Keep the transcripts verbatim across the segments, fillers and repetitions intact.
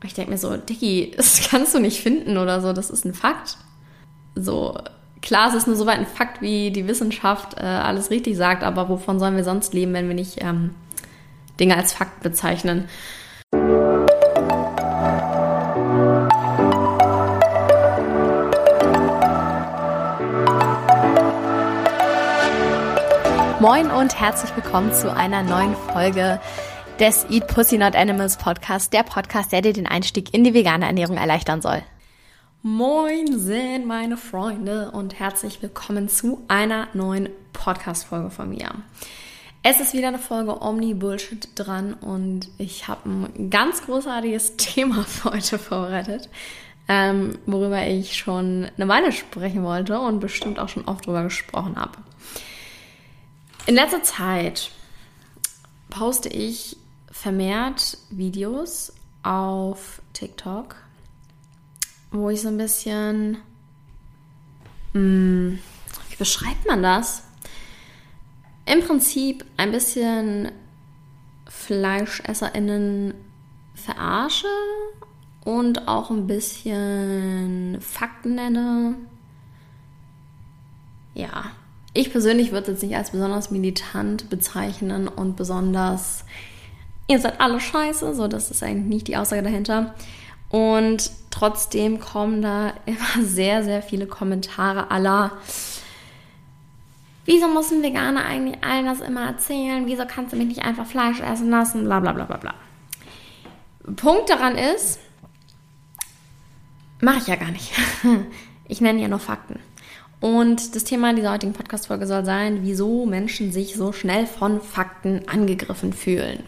Ich denke mir so, Dicky, das kannst du nicht finden oder so, das ist ein Fakt. So, klar, es ist nur so weit ein Fakt, wie die Wissenschaft äh, alles richtig sagt, aber wovon sollen wir sonst leben, wenn wir nicht ähm, Dinge als Fakt bezeichnen? Moin und herzlich willkommen zu einer neuen Folge des Eat Pussy Not Animals Podcast, der Podcast, der dir den Einstieg in die vegane Ernährung erleichtern soll. Moinsen, meine Freunde, und herzlich willkommen zu einer neuen Podcast-Folge von mir. Es ist wieder eine Folge Omni-Bullshit dran und ich habe ein ganz großartiges Thema für heute vorbereitet, ähm, worüber ich schon eine Weile sprechen wollte und bestimmt auch schon oft drüber gesprochen habe. In letzter Zeit poste ich vermehrt Videos auf TikTok, wo ich so ein bisschen, mh, wie beschreibt man das? Im Prinzip ein bisschen FleischesserInnen verarsche und auch ein bisschen Fakten nenne. Ja. Ich persönlich würde es jetzt nicht als besonders militant bezeichnen und besonders, ihr seid alle scheiße, so, das ist eigentlich nicht die Aussage dahinter. Und trotzdem kommen da immer sehr, sehr viele Kommentare aller, wieso muss ein Veganer eigentlich allen das immer erzählen, wieso kannst du mich nicht einfach Fleisch essen lassen, bla bla bla bla bla. Punkt daran ist, mache ich ja gar nicht. Ich nenne ja nur Fakten. Und das Thema dieser heutigen Podcast-Folge soll sein, wieso Menschen sich so schnell von Fakten angegriffen fühlen.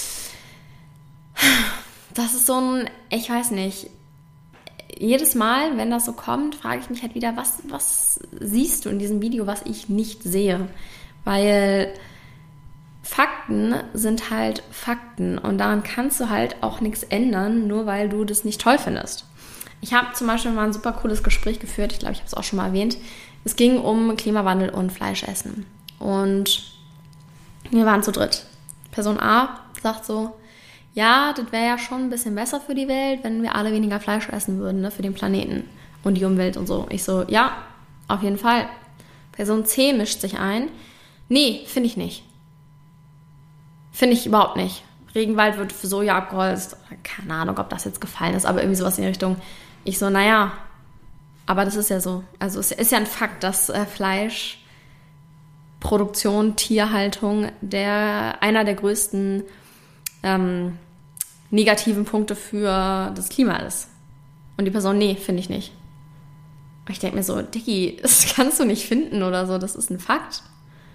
Das ist so ein, ich weiß nicht, jedes Mal, wenn das so kommt, frage ich mich halt wieder, was, was siehst du in diesem Video, was ich nicht sehe? Weil Fakten sind halt Fakten und daran kannst du halt auch nichts ändern, nur weil du das nicht toll findest. Ich habe zum Beispiel mal ein super cooles Gespräch geführt, ich glaube, ich habe es auch schon mal erwähnt. Es ging um Klimawandel und Fleischessen. Und wir waren zu dritt. Person A sagt so, ja, das wäre ja schon ein bisschen besser für die Welt, wenn wir alle weniger Fleisch essen würden, ne, für den Planeten und die Umwelt und so. Ich so, ja, auf jeden Fall. Person C mischt sich ein. Nee, finde ich nicht. Finde ich überhaupt nicht. Regenwald wird für Soja abgeholzt. Keine Ahnung, ob das jetzt gefallen ist, aber irgendwie sowas in die Richtung. Ich so, naja, aber das ist ja so. Also es ist ja ein Fakt, dass äh, Fleischproduktion, Tierhaltung der, einer der größten ähm, negativen Punkte für das Klima ist. Und die Person, nee, finde ich nicht. Und ich denke mir so, Dicky, das kannst du nicht finden oder so, das ist ein Fakt.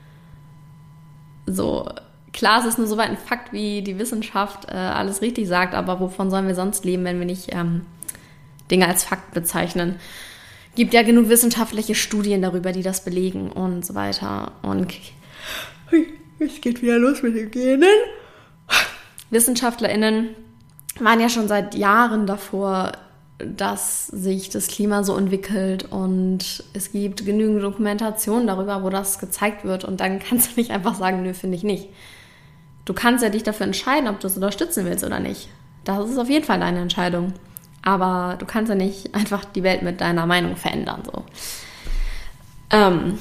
So, klar, es ist nur so weit ein Fakt, wie die Wissenschaft äh, alles richtig sagt, aber wovon sollen wir sonst leben, wenn wir nicht ähm, Dinge als Fakt bezeichnen? Gibt ja genug wissenschaftliche Studien darüber, die das belegen und so weiter. Und es geht wieder los mit den Genen. WissenschaftlerInnen waren ja schon seit Jahren davor, dass sich das Klima so entwickelt und es gibt genügend Dokumentationen darüber, wo das gezeigt wird und dann kannst du nicht einfach sagen, nö, finde ich nicht. Du kannst ja dich dafür entscheiden, ob du es unterstützen willst oder nicht. Das ist auf jeden Fall deine Entscheidung. Aber du kannst ja nicht einfach die Welt mit deiner Meinung verändern. So. Ähm,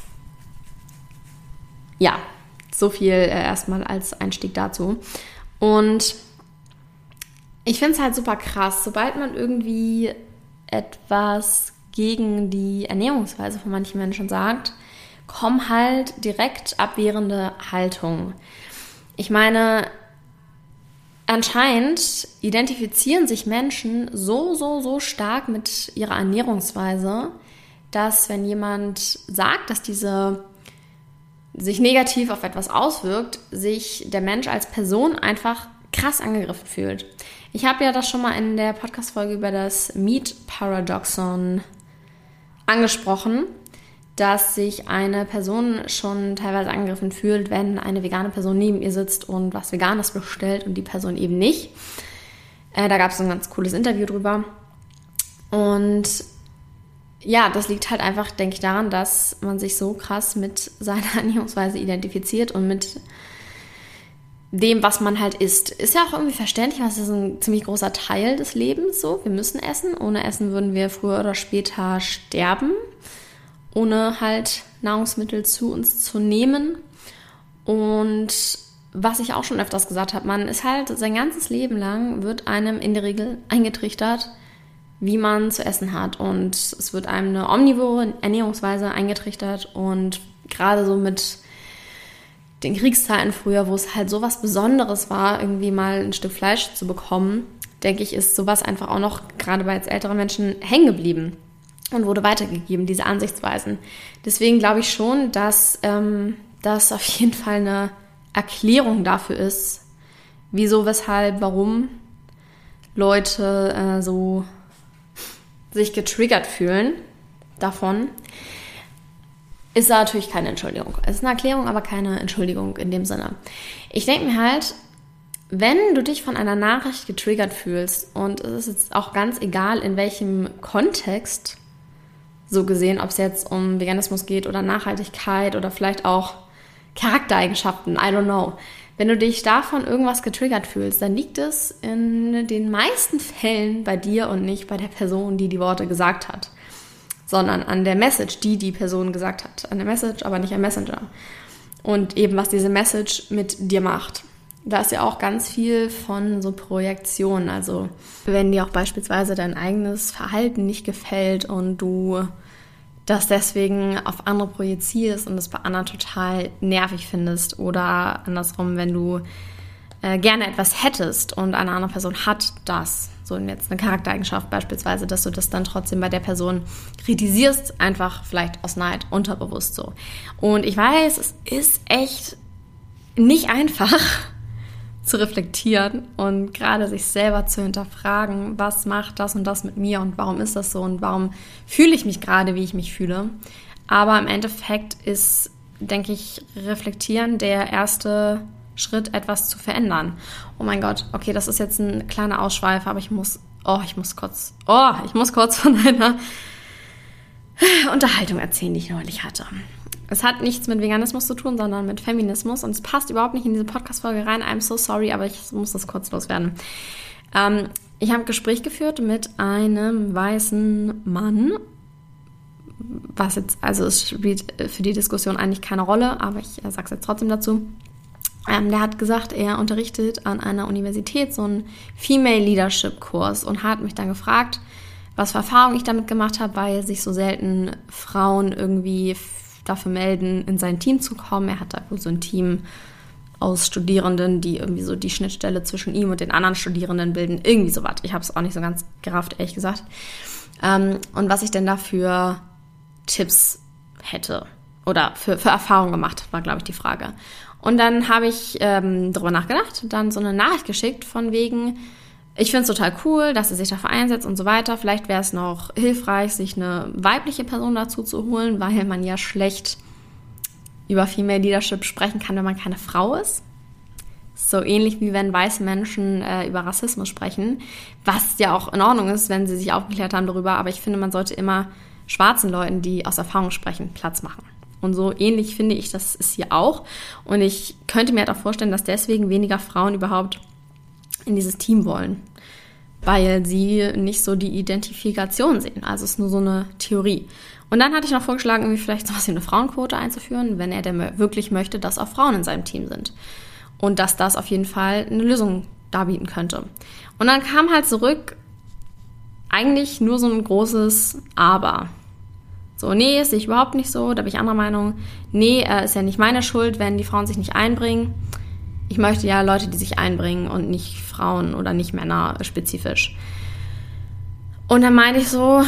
ja, so viel äh, erstmal als Einstieg dazu. Und ich finde es halt super krass, sobald man irgendwie etwas gegen die Ernährungsweise von manchen Menschen sagt, kommen halt direkt abwehrende Haltungen. Ich meine, anscheinend identifizieren sich Menschen so, so, so stark mit ihrer Ernährungsweise, dass wenn jemand sagt, dass diese sich negativ auf etwas auswirkt, sich der Mensch als Person einfach krass angegriffen fühlt. Ich habe ja das schon mal in der Podcast-Folge über das Meat Paradoxon angesprochen, dass sich eine Person schon teilweise angegriffen fühlt, wenn eine vegane Person neben ihr sitzt und was Veganes bestellt und die Person eben nicht. Äh, da gab es ein ganz cooles Interview drüber. Und ja, das liegt halt einfach, denke ich, daran, dass man sich so krass mit seiner Ernährungsweise identifiziert und mit dem, was man halt isst. Ist ja auch irgendwie verständlich, weil es ist ein ziemlich großer Teil des Lebens so. Wir müssen essen. Ohne Essen würden wir früher oder später sterben, ohne halt Nahrungsmittel zu uns zu nehmen. Und was ich auch schon öfters gesagt habe, man ist halt sein ganzes Leben lang, wird einem in der Regel eingetrichtert, wie man zu essen hat. Und es wird einem eine omnivore Ernährungsweise eingetrichtert. Und gerade so mit den Kriegszeiten früher, wo es halt so was Besonderes war, irgendwie mal ein Stück Fleisch zu bekommen, denke ich, ist sowas einfach auch noch, gerade bei jetzt älteren Menschen, hängen geblieben und wurde weitergegeben, diese Ansichtsweisen. Deswegen glaube ich schon, dass ähm, das auf jeden Fall eine Erklärung dafür ist, wieso, weshalb, warum Leute äh, so sich getriggert fühlen davon. Ist natürlich keine Entschuldigung. Es ist eine Erklärung, aber keine Entschuldigung in dem Sinne. Ich denke mir halt, wenn du dich von einer Nachricht getriggert fühlst, und es ist jetzt auch ganz egal, in welchem Kontext, so gesehen, ob es jetzt um Veganismus geht oder Nachhaltigkeit oder vielleicht auch Charaktereigenschaften, I don't know. Wenn du dich davon irgendwas getriggert fühlst, dann liegt es in den meisten Fällen bei dir und nicht bei der Person, die die Worte gesagt hat, sondern an der Message, die die Person gesagt hat. An der Message, aber nicht am Messenger. Und eben, was diese Message mit dir macht. Da ist ja auch ganz viel von so Projektionen. Also wenn dir auch beispielsweise dein eigenes Verhalten nicht gefällt und du das deswegen auf andere projizierst und das bei anderen total nervig findest. Oder andersrum, wenn du äh, gerne etwas hättest und eine andere Person hat das, so jetzt eine Charaktereigenschaft beispielsweise, dass du das dann trotzdem bei der Person kritisierst, einfach vielleicht aus Neid, unterbewusst so. Und ich weiß, es ist echt nicht einfach zu reflektieren und gerade sich selber zu hinterfragen, was macht das und das mit mir und warum ist das so und warum fühle ich mich gerade, wie ich mich fühle. Aber im Endeffekt ist, denke ich, reflektieren der erste Schritt, etwas zu verändern. Oh mein Gott, okay, das ist jetzt ein kleiner Ausschweif, aber ich muss, oh, ich muss kurz, oh, ich muss kurz von einer Unterhaltung erzählen, die ich neulich hatte. Es hat nichts mit Veganismus zu tun, sondern mit Feminismus und es passt überhaupt nicht in diese Podcast-Folge rein. I'm so sorry, aber ich muss das kurz loswerden. Ähm, ich habe ein Gespräch geführt mit einem weißen Mann, was jetzt, also es spielt für die Diskussion eigentlich keine Rolle, aber ich äh, sage es jetzt trotzdem dazu. Ähm, der hat gesagt, er unterrichtet an einer Universität so einen Female Leadership Kurs und hat mich dann gefragt, was für Erfahrungen ich damit gemacht habe, weil sich so selten Frauen irgendwie dafür melden, in sein Team zu kommen. Er hat da so ein Team aus Studierenden, die irgendwie so die Schnittstelle zwischen ihm und den anderen Studierenden bilden. Irgendwie sowas. Ich habe es auch nicht so ganz gerafft, ehrlich gesagt. Ähm, und was ich denn da für Tipps hätte oder für, für Erfahrungen gemacht, war, glaube ich, die Frage. Und dann habe ich ähm, darüber nachgedacht, dann so eine Nachricht geschickt von wegen, ich finde es total cool, dass er sich dafür einsetzt und so weiter. Vielleicht wäre es noch hilfreich, sich eine weibliche Person dazu zu holen, weil man ja schlecht über Female Leadership sprechen kann, wenn man keine Frau ist. So ähnlich wie wenn weiße Menschen äh, über Rassismus sprechen, was ja auch in Ordnung ist, wenn sie sich aufgeklärt haben darüber. Aber ich finde, man sollte immer schwarzen Leuten, die aus Erfahrung sprechen, Platz machen. Und so ähnlich finde ich, das ist hier auch. Und ich könnte mir halt auch vorstellen, dass deswegen weniger Frauen überhaupt in dieses Team wollen, weil sie nicht so die Identifikation sehen. Also es ist nur so eine Theorie. Und dann hatte ich noch vorgeschlagen, irgendwie vielleicht sowas wie eine Frauenquote einzuführen, wenn er denn wirklich möchte, dass auch Frauen in seinem Team sind. Und dass das auf jeden Fall eine Lösung darbieten könnte. Und dann kam halt zurück eigentlich nur so ein großes Aber. So, nee, sehe ich überhaupt nicht so, da bin ich anderer Meinung. Nee, äh, ist ja nicht meine Schuld, wenn die Frauen sich nicht einbringen. Ich möchte ja Leute, die sich einbringen und nicht Frauen oder nicht Männer spezifisch. Und dann meinte ich so,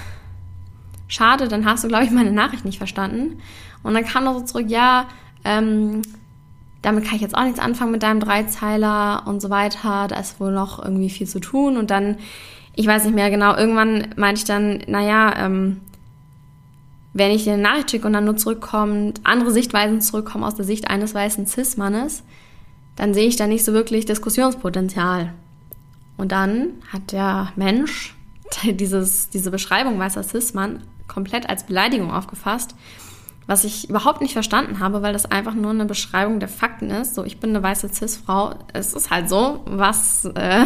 schade, dann hast du, glaube ich, meine Nachricht nicht verstanden. Und dann kam noch so zurück, ja, ähm, damit kann ich jetzt auch nichts anfangen mit deinem Dreizeiler und so weiter. Da ist wohl noch irgendwie viel zu tun. Und dann, ich weiß nicht mehr genau, irgendwann meinte ich dann, naja, ähm, wenn ich dir eine Nachricht schicke und dann nur zurückkommt, andere Sichtweisen zurückkommen aus der Sicht eines weißen Cis-Mannes, dann sehe ich da nicht so wirklich Diskussionspotenzial. Und dann hat der Mensch dieses, diese Beschreibung weißer Cis-Mann komplett als Beleidigung aufgefasst, was ich überhaupt nicht verstanden habe, weil das einfach nur eine Beschreibung der Fakten ist. So, ich bin eine weiße Cis-Frau, es ist halt so, was, äh,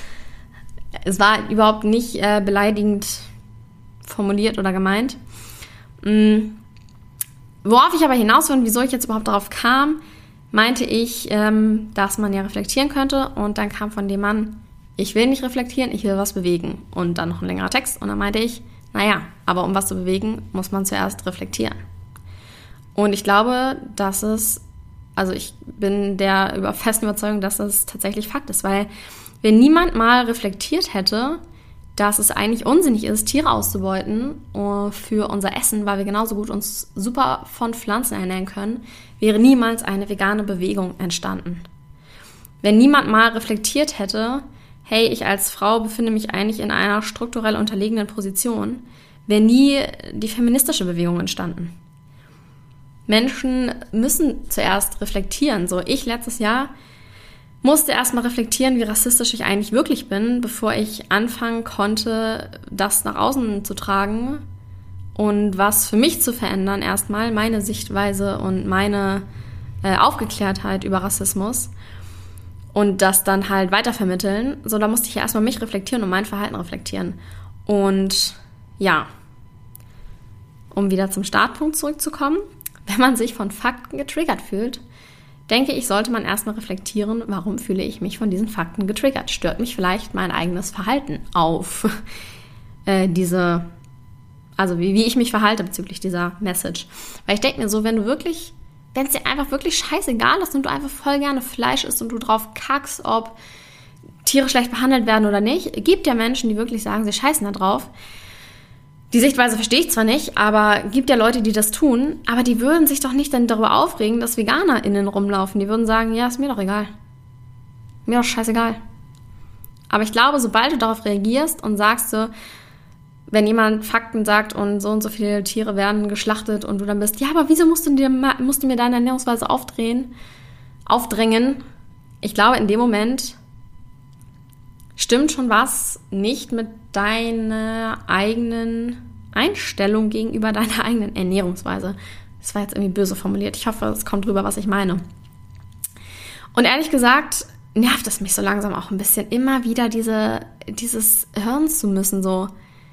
es war überhaupt nicht äh, beleidigend formuliert oder gemeint. Mhm. Worauf ich aber hinaus will und wieso ich jetzt überhaupt darauf kam, meinte ich, ähm, dass man ja reflektieren könnte, und dann kam von dem Mann, ich will nicht reflektieren, ich will was bewegen, und dann noch ein längerer Text, und dann meinte ich, naja, aber um was zu bewegen, muss man zuerst reflektieren. Und ich glaube, dass es, also ich bin der über festen Überzeugung, dass es tatsächlich Fakt ist, weil wenn niemand mal reflektiert hätte, dass es eigentlich unsinnig ist, Tiere auszubeuten für unser Essen, weil wir genauso gut uns super von Pflanzen ernähren können, wäre niemals eine vegane Bewegung entstanden. Wenn niemand mal reflektiert hätte, hey, ich als Frau befinde mich eigentlich in einer strukturell unterlegenen Position, wäre nie die feministische Bewegung entstanden. Menschen müssen zuerst reflektieren. So, ich letztes Jahr musste erstmal reflektieren, wie rassistisch ich eigentlich wirklich bin, bevor ich anfangen konnte, das nach außen zu tragen und was für mich zu verändern, erstmal meine Sichtweise und meine äh, Aufgeklärtheit über Rassismus und das dann halt weitervermitteln. So, da musste ich ja erstmal mich reflektieren und mein Verhalten reflektieren. Und ja, um wieder zum Startpunkt zurückzukommen, wenn man sich von Fakten getriggert fühlt, denke ich, sollte man erstmal reflektieren, warum fühle ich mich von diesen Fakten getriggert? Stört mich vielleicht mein eigenes Verhalten auf äh, diese, also wie, wie ich mich verhalte bezüglich dieser Message? Weil ich denke mir so, wenn du wirklich, wenn es dir einfach wirklich scheißegal ist und du einfach voll gerne Fleisch isst und du drauf kackst, ob Tiere schlecht behandelt werden oder nicht, gibt ja Menschen, die wirklich sagen, sie scheißen da drauf. Die Sichtweise verstehe ich zwar nicht, aber gibt ja Leute, die das tun, aber die würden sich doch nicht dann darüber aufregen, dass VeganerInnen rumlaufen. Die würden sagen, ja, ist mir doch egal. Mir doch scheißegal. Aber ich glaube, sobald du darauf reagierst und sagst so, wenn jemand Fakten sagt und so und so viele Tiere werden geschlachtet und du dann bist, ja, aber wieso musst du, dir, musst du mir deine Ernährungsweise aufdrehen, aufdrängen? Ich glaube, in dem Moment stimmt schon was nicht mit deiner eigenen Einstellung gegenüber deiner eigenen Ernährungsweise. Das war jetzt irgendwie böse formuliert. Ich hoffe, es kommt rüber, was ich meine. Und ehrlich gesagt nervt es mich so langsam auch ein bisschen, immer wieder diese, dieses hören zu müssen. So,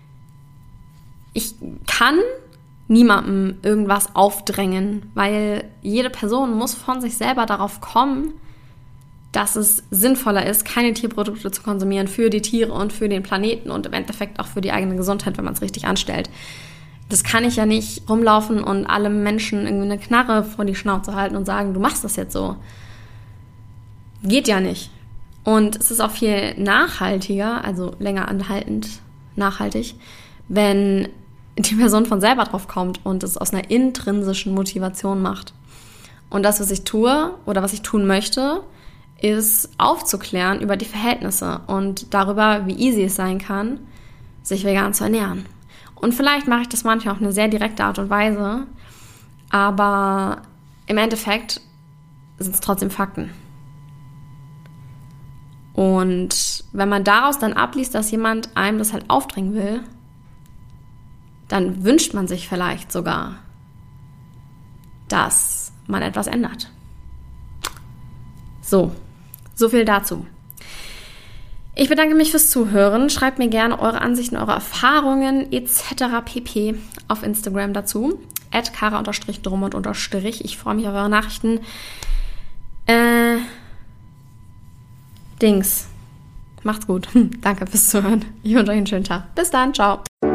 ich kann niemandem irgendwas aufdrängen, weil jede Person muss von sich selber darauf kommen, dass es sinnvoller ist, keine Tierprodukte zu konsumieren für die Tiere und für den Planeten und im Endeffekt auch für die eigene Gesundheit, wenn man es richtig anstellt. Das kann ich ja nicht rumlaufen und alle Menschen irgendwie eine Knarre vor die Schnauze halten und sagen, du machst das jetzt so. Geht ja nicht. Und es ist auch viel nachhaltiger, also länger anhaltend nachhaltig, wenn die Person von selber drauf kommt und es aus einer intrinsischen Motivation macht. Und das, was ich tue oder was ich tun möchte, ist aufzuklären über die Verhältnisse und darüber, wie easy es sein kann, sich vegan zu ernähren. Und vielleicht mache ich das manchmal auf eine sehr direkte Art und Weise, aber im Endeffekt sind es trotzdem Fakten. Und wenn man daraus dann abliest, dass jemand einem das halt aufdrängen will, dann wünscht man sich vielleicht sogar, dass man etwas ändert. So, so viel dazu. Ich bedanke mich fürs Zuhören. Schreibt mir gerne eure Ansichten, eure Erfahrungen et cetera pp. Auf Instagram dazu. at kara-drummond-. Ich freue mich auf eure Nachrichten. Äh, Dings. Macht's gut. Danke fürs Zuhören. Ich wünsche euch einen schönen Tag. Bis dann. Ciao.